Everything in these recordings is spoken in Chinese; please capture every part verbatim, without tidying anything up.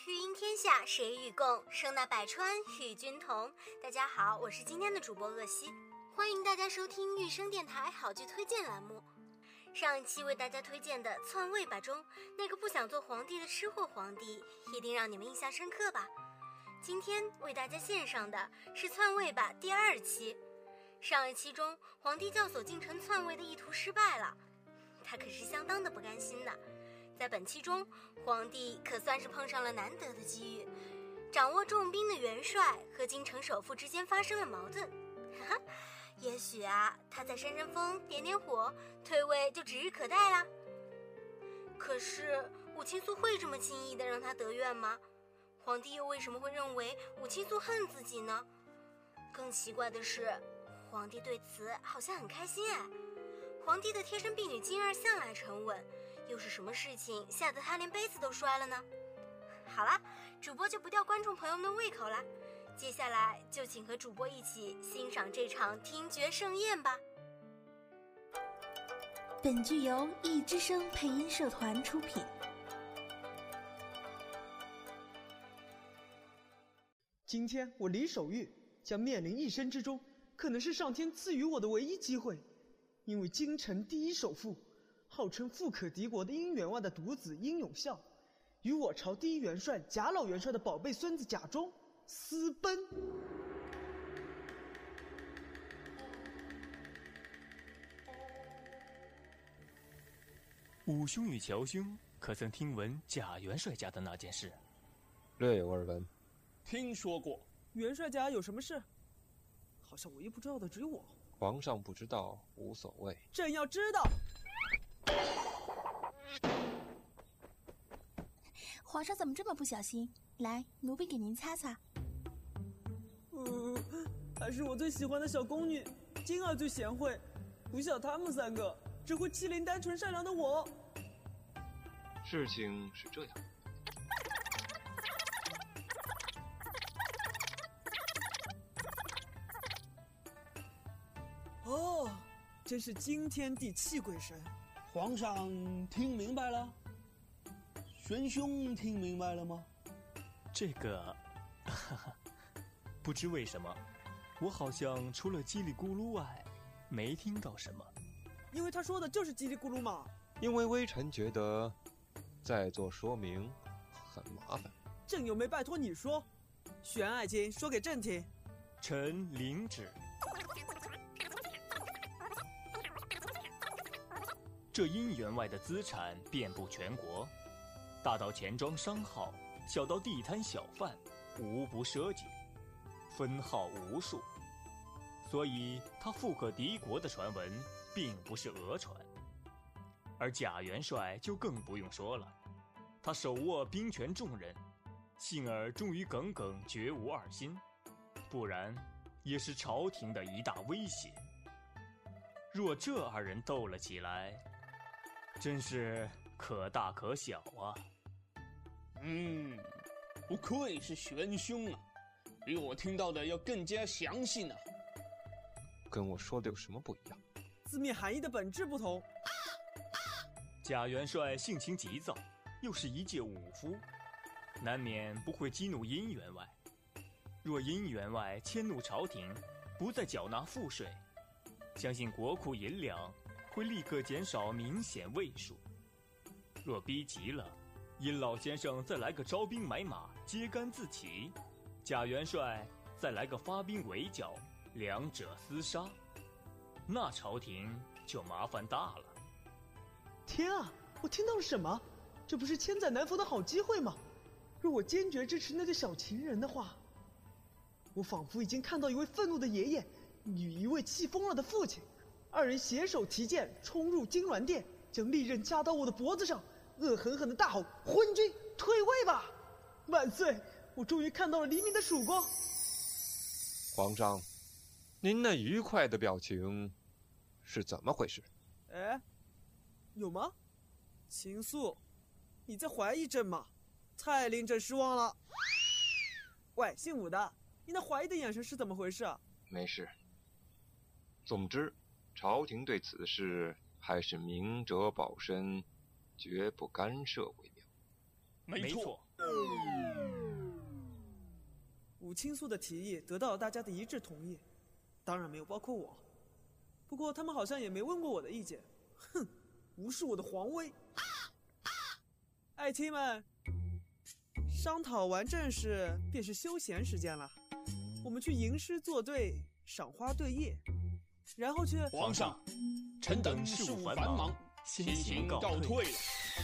育婴天下，谁与共？生纳百川，与君同。大家好，我是今天的主播鄂西，欢迎大家收听育生电台好剧推荐栏目。上一期为大家推荐的《篡位吧》中，那个不想做皇帝的吃货皇帝，一定让你们印象深刻吧？今天为大家献上的是《篡位吧》第二期。上一期中，皇帝教唆近臣篡位的意图失败了，他可是相当的不甘心的。在本期中，皇帝可算是碰上了难得的机遇，掌握重兵的元帅和京城首富之间发生了矛盾。哈哈，也许啊，他再扇扇风，点点火，退位就指日可待啦。可是武青素会这么轻易的让他得愿吗？皇帝又为什么会认为武青素恨自己呢？更奇怪的是，皇帝对此好像很开心哎。皇帝的贴身婢女金儿向来沉稳，又是什么事情吓得他连杯子都摔了呢？好啦，主播就不吊观众朋友们的胃口啦，接下来就请和主播一起欣赏这场听觉盛宴吧。 本剧由一之声配音社团出品。 今天我李守玉将面临一生之中可能是上天赐予我的唯一机会，因为京城第一首富，号称富可敌国的殷员外的独子殷永孝，与我朝第一元帅贾老元帅的宝贝孙子贾忠私奔。 武兄与乔兄可曾听闻贾元帅家的那件事？ 略有耳闻。 听说过。 元帅家有什么事？好像唯一不知道的只有我。 皇上不知道无所谓， 朕要知道。 皇上怎么这么不小心？来，奴婢给您擦擦。 呃，还是我最喜欢的小宫女金儿最贤惠，不像他们三个只会欺凌单纯善良的我。 事情是这样。 哦，真是惊天地泣鬼神。 皇上听明白了？玄兄听明白了吗？ 这个哈哈，不知为什么我好像除了叽里咕噜外没听到什么。 因为他说的就是叽里咕噜嘛。 因为微臣觉得再做说明很麻烦。 朕又没拜托你说，玄爱卿说给朕听。 臣领旨。这殷员外的资产遍布全国，大到钱庄商号，小到地摊小贩，无不涉及，分号无数。所以他富可敌国的传闻并不是讹传。而贾元帅就更不用说了，他手握兵权重任，幸而忠于耿耿，绝无二心，不然也是朝廷的一大威胁。若这二人斗了起来，真是可大可小啊。 嗯，不愧是玄兄啊，比我听到的要更加详细呢。 跟我说的有什么不一样？ 字面含义的本质不同。 贾元帅性情急躁，又是一介武夫，难免不会激怒殷员外。若殷员外迁怒朝廷，不再缴纳赋税，相信国库银两会立刻减少明显位数。若逼急了，殷老先生再来个招兵买马，揭竿自起，贾元帅再来个发兵围剿，两者厮杀，那朝廷就麻烦大了。 天啊，我听到了什么？这不是千载难逢的好机会吗？若我坚决支持那对小情人的话，我仿佛已经看到一位愤怒的爷爷与一位气疯了的父亲，二人携手提剑冲入金銮殿，将利刃架到我的脖子上，恶狠狠地大吼：昏君退位吧！万岁！我终于看到了黎明的曙光。 皇上，您那愉快的表情是怎么回事？ 哎，有吗？秦素，你在怀疑朕吗？太令朕失望了。喂，姓武的，你那怀疑的眼神是怎么回事啊？ 没事。总之，朝廷对此事还是明哲保身，绝不干涉为妙。 没错。 武青素的提议得到了大家的一致同意，当然没有包括我。不过他们好像也没问过我的意见。哼，无视我的皇威。爱卿们，商讨完正事便是休闲时间了。我们去吟诗作对，赏花对叶，然后去。 皇上，臣等事务繁忙，先行告退了。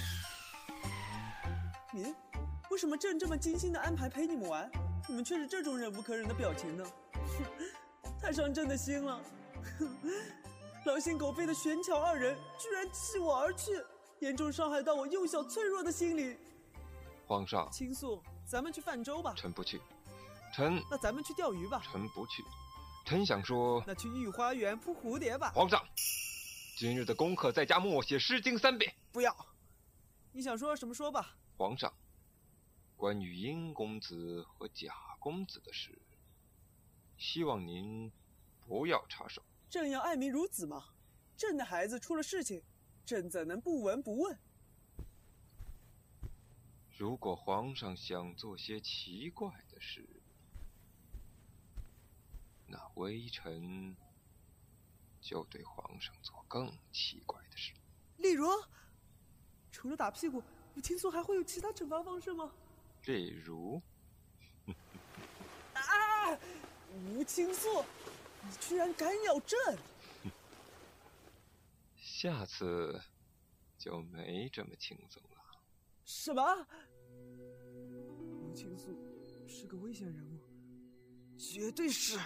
您，为什么朕这么精心的安排陪你们玩，你们却是这种忍无可忍的表情呢？太伤朕的心了。狼心狗肺的玄巧二人居然弃我而去，严重伤害到我幼小脆弱的心理。 皇上， 青素，咱们去泛舟吧。 臣不去。臣…… 那咱们去钓鱼吧。 臣不去。臣想说…… 那去御花园扑蝴蝶吧。 皇上，今日的功课在家默写《诗经》三遍。 不要。你想说什么说吧。 皇上，关于殷公子和贾公子的事，希望您不要插手。 朕要爱民如子嘛，朕的孩子出了事情，朕怎能不闻不问？ 如果皇上想做些奇怪的事，那微臣就对皇上做更奇怪的事。 例如，除了打屁股，武青素还会有其他惩罚方式吗？ 例如， 啊！武青素，你居然敢咬朕！ 下次就没这么轻松了。 什么？武青素是个危险人物，绝对是。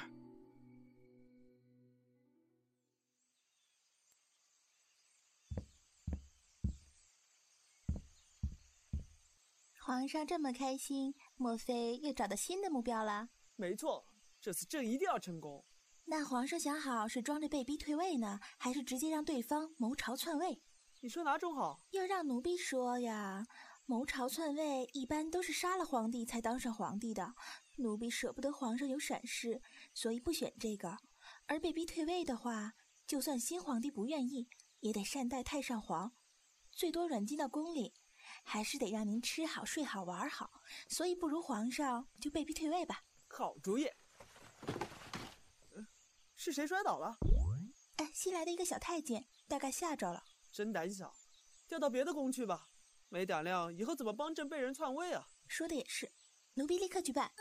皇上这么开心，莫非又找到新的目标了？ 没错，这次朕一定要成功。 那皇上想好是装着被逼退位呢，还是直接让对方谋朝篡位？ 你说哪种好？ 要让奴婢说呀，谋朝篡位一般都是杀了皇帝才当上皇帝的，奴婢舍不得皇上有闪失，所以不选这个。而被逼退位的话，就算新皇帝不愿意，也得善待太上皇，最多软禁到宫里，还是得让您吃好睡好玩好，所以不如皇上就被逼退位吧。 好主意。呃、是谁摔倒了？ 哎，新来的一个小太监，大概吓着了。 真胆小，调到别的宫去吧。没胆量，以后怎么帮朕被人篡位啊？ 说的也是，奴婢立刻举办。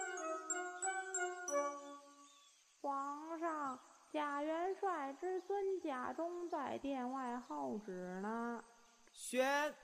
皇上，贾元帅之孙贾忠在殿外候旨呢。 宣。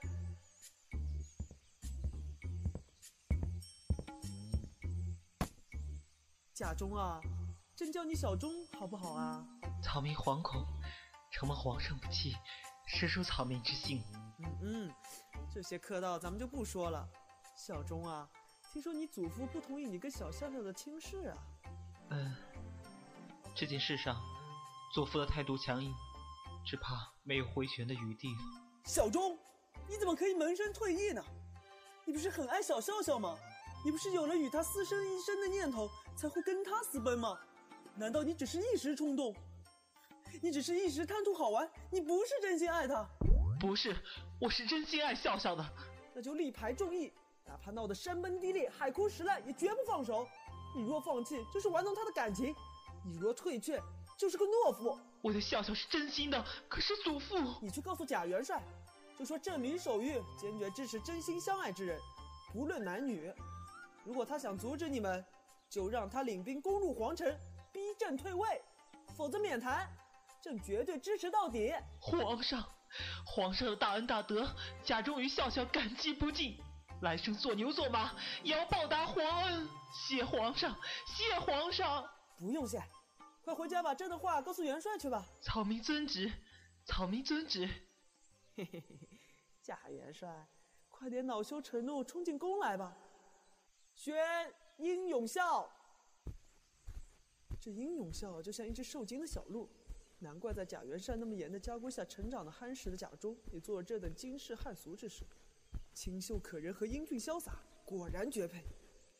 贾忠啊，朕叫你小忠好不好啊？ 草民惶恐，承蒙皇上不弃，实属草民之幸。 嗯嗯，这些客套咱们就不说了。小忠啊，听说你祖父不同意你跟小笑笑的亲事啊？ 嗯，这件事上，祖父的态度强硬，只怕没有回旋的余地了。 小忠，你怎么可以萌生退意呢？你不是很爱小笑笑吗？你不是有了与他厮生一生的念头，才会跟他私奔吗？难道你只是一时冲动？你只是一时贪图好玩？你不是真心爱他？ 不是，我是真心爱笑笑的。 那就力排众议，哪怕闹得山崩地裂、海枯石烂，也绝不放手。你若放弃，就是玩弄他的感情；你若退却，就是个懦夫。 我对笑笑是真心的，可是祖父…… 你去告诉贾元帅，就说朕明手谕，坚决支持真心相爱之人，不论男女。如果他想阻止你们，就让他领兵攻入皇城，逼朕退位，否则免谈。朕绝对支持到底。 皇上，皇上的大恩大德，贾忠与笑笑感激不尽，来生做牛做马也要报答皇恩。谢皇上，谢皇上。 不用谢，快回家把朕的话告诉元帅去吧。 草民遵旨，草民遵旨。 嘿嘿嘿，贾元帅，快点恼羞成怒，冲进宫来吧。宣英勇笑。这英勇笑就像一只受惊的小鹿，难怪在贾元帅那么严的家规下成长的憨实的贾忠，也做了这等惊世骇俗之事。清秀可人和英俊潇洒，果然绝配。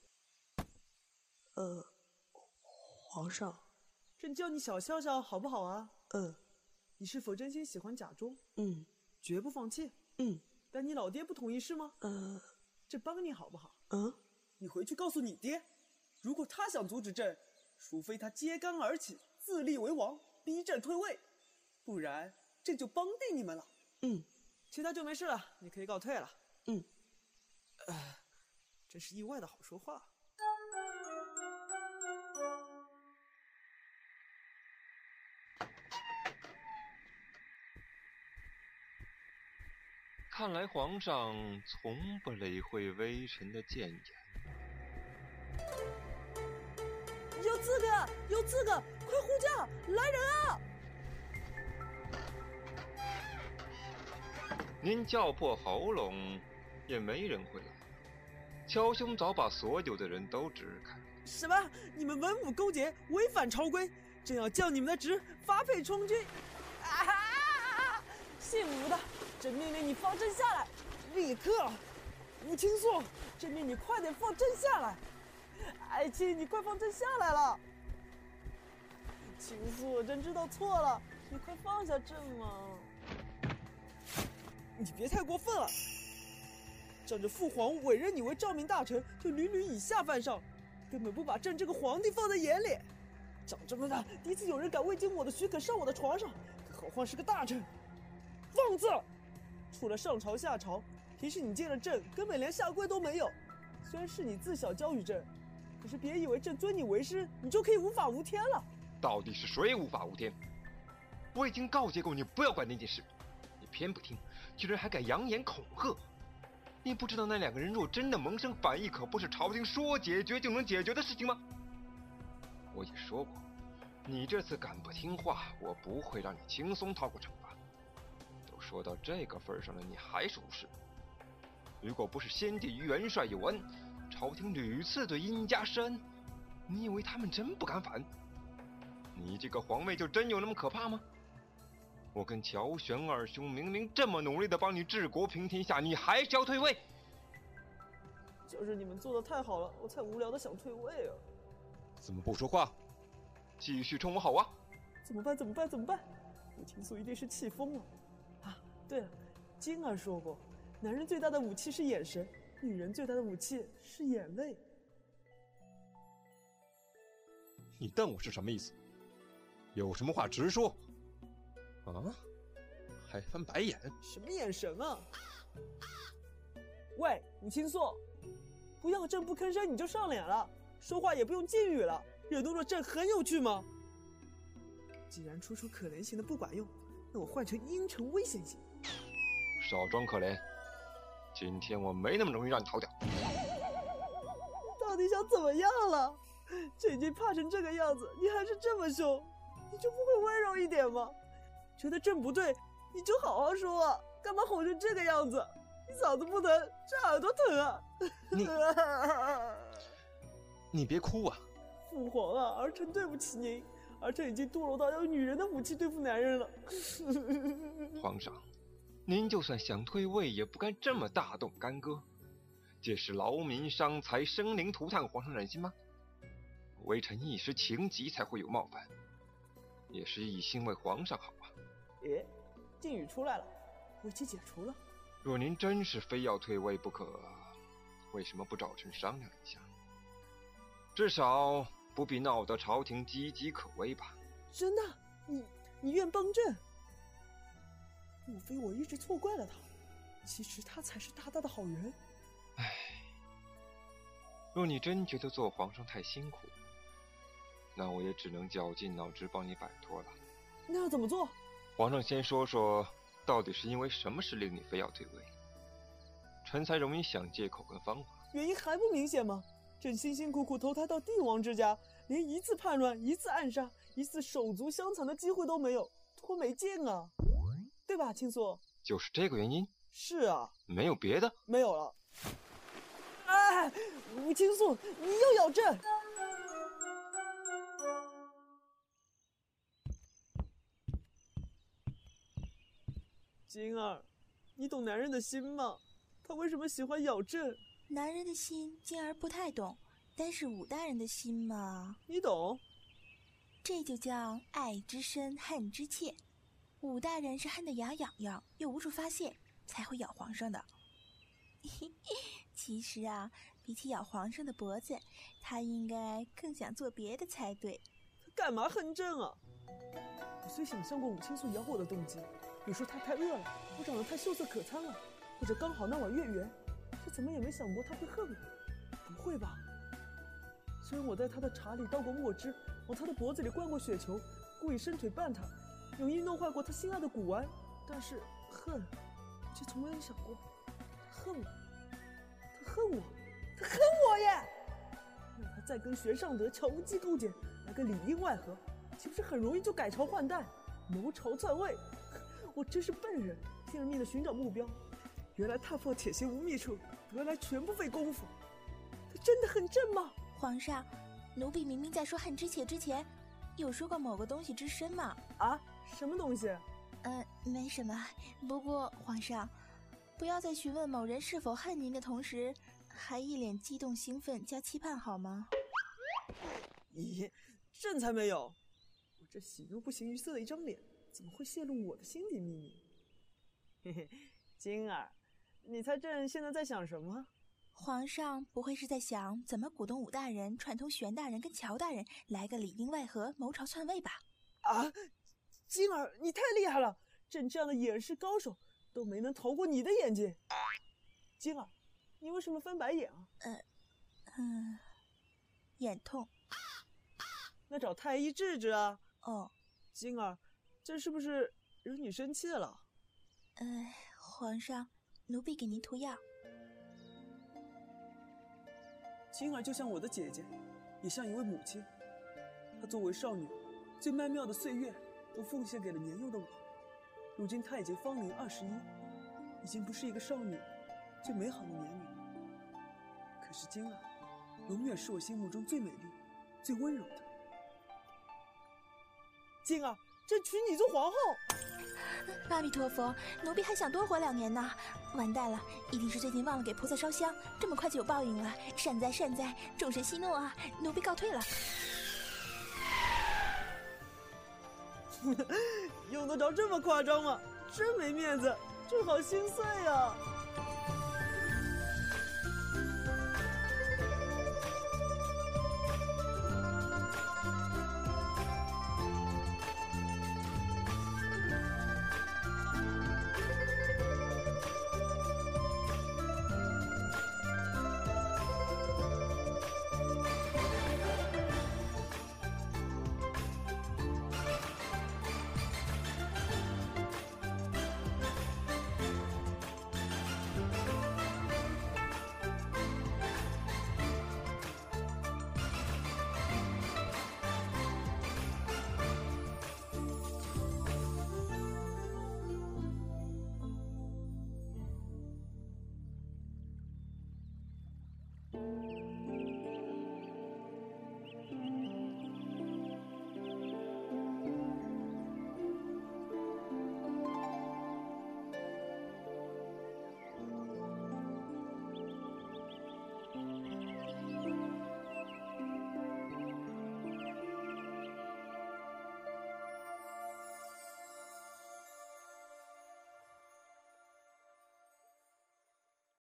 呃，皇上，朕叫你小笑笑好不好啊？嗯。你是否真心喜欢贾忠？嗯。绝不放弃？嗯。但你老爹不同意是吗？呃， 朕帮你好不好？ 嗯， 你回去告诉你爹，如果他想阻止朕，除非他揭竿而起，自立为王，逼朕退位，不然朕就帮定你们了。 嗯， 其他就没事了，你可以告退了。 嗯， 呃，真是意外的好说话。 看来皇上从不理会微臣的谏言。 有刺客！有刺客！快呼叫！来人啊！ 您叫破喉咙，也没人会来。乔兄早把所有的人都支开。 什么？你们文武勾结，违反朝规，朕要降你们的职，发配充军！啊！姓吴的，朕命令你放朕下来，立刻！吴青素，朕命你快点放朕下来！爱卿，你快放朕下来了！青素，朕知道错了，你快放下朕嘛！你别太过分了！仗着父皇委任你为诏命大臣，就屡屡以下犯上，根本不把朕这个皇帝放在眼里。长这么大，第一次有人敢未经我的许可上我的床上，更何况是个大臣！放肆！除了上朝下朝，平时你见了朕根本连下跪都没有。虽然是你自小教育朕，可是别以为朕尊你为师，你就可以无法无天了。 到底是谁无法无天？我已经告诫过你不要管那件事，你偏不听，居然还敢扬言恐吓。你不知道那两个人若真的萌生反意，可不是朝廷说解决就能解决的事情吗？我也说过，你这次敢不听话，我不会让你轻松逃过惩罚。都说到这个份上了，你还是无视。如果不是先帝与元帅有恩，朝廷屡次对殷家施恩，你以为他们真不敢反？你这个皇位就真有那么可怕吗？我跟乔玄二兄明明这么努力的帮你治国平天下，你还是要退位？ 就是你们做的太好了，我才无聊的想退位啊！ 怎么不说话？继续冲我吼啊！ 怎么办？怎么办？怎么办？吴青素一定是气疯了。啊，对了，金儿说过，男人最大的武器是眼神，女人最大的武器是眼泪。 你瞪我是什么意思？有什么话直说。啊？还翻白眼？ 什么眼神啊？喂，吴青素，不要朕不吭声你就上脸了，说话也不用敬语了，惹怒了朕很有趣吗？既然楚楚可怜型的不管用，那我换成阴沉危险型。 少装可怜，今天我没那么容易让你逃掉。 到底想怎么样了？朕已经怕成这个样子，你还是这么凶，你就不会温柔一点吗？觉得朕不对，你就好好说啊，干嘛吼成这个样子？你嗓子不疼，这耳朵疼啊！ 你你别哭啊！ 父皇啊，儿臣对不起您，儿臣已经堕落到要用女人的武器对付男人了。 皇上，您就算想退位，也不敢这么大动干戈，这是劳民伤财、生灵涂炭，皇上忍心吗？微臣一时情急才会有冒犯，也是一心为皇上好啊。 诶，禁语出来了，危机解除了。 若您真是非要退位不可，为什么不找臣商量一下？至少不必闹得朝廷岌岌可危吧？ 真的？你你愿帮朕？莫非我一直错怪了他？其实他才是大大的好人。 唉，若你真觉得做皇上太辛苦，那我也只能绞尽脑汁帮你摆脱了。 那要怎么做？ 皇上先说说，到底是因为什么事令你非要退位？臣才容易想借口跟方法。 原因还不明显吗？朕辛辛苦苦投胎到帝王之家，连一次叛乱、一次暗杀、一次手足相残的机会都没有，多没劲啊！对吧，青素？ 就是这个原因？ 是啊。 没有别的？ 没有了。哎，吴青素，你又咬朕！金儿，你懂男人的心吗？他为什么喜欢咬朕？ 男人的心，金儿不太懂，但是武大人的心嘛， 你懂。 这就叫爱之深，恨之切。武大人是恨得牙痒痒，又无处发泄，才会咬皇上的。其其实啊，比起咬皇上的脖子，他应该更想做别的才对。 他干嘛恨朕啊？我虽想象过母亲所咬我的动机，比如说他太饿了，我长得太秀色可餐了，或者刚好那碗月圆，却怎么也没想过他会恨我。不会吧？虽然我在他的茶里倒过墨汁，往他的脖子里灌过雪球，故意伸腿绊他，有意弄坏过他心爱的古玩，但是恨，却从没有想过他恨我，他恨我，他恨我耶！让他再跟玄尚德悄无忌构间，来个里应外合，岂不是很容易就改朝换代，谋朝篡位？我真是笨人，拼了命的寻找目标，原来踏破铁鞋无觅处，得来全不费功夫。他真的恨朕吗？ 皇上，奴婢明明在说恨之切之前，有说过某个东西之深吗？ 啊，什么东西？ 呃，没什么。不过皇上，不要在询问某人是否恨您的同时，还一脸激动、兴奋加期盼，好吗？ 咦，朕才没有！我这喜怒不形于色的一张脸，怎么会泄露我的心底秘密？嘿嘿，晶儿，你猜朕现在在想什么？ 皇上不会是在想怎么鼓动武大人串通玄大人跟乔大人来个里应外合谋朝篡位吧？ 啊，晶儿，你太厉害了！朕这样的掩饰高手都没能逃过你的眼睛。晶儿，你为什么翻白眼啊？ 呃，嗯，眼痛。 那找太医治治啊。 哦， 晶儿，朕是不是惹你生气了？ 呃，皇上，奴婢给您涂药。 晶儿就像我的姐姐，也像一位母亲。她作为少女，最曼妙的岁月都奉献给了年幼的我。如今她已经芳龄二十一，已经不是一个少女最美好的年龄。可是晶儿，永远是我心目中最美丽、最温柔的。晶儿，朕娶你做皇后！ 阿弥陀佛，奴婢还想多活两年呢。完蛋了，一定是最近忘了给菩萨烧香，这么快就有报应了。善哉善哉，众神息怒啊！奴婢告退了。 用得着这么夸张吗？真没面子，朕好心碎呀！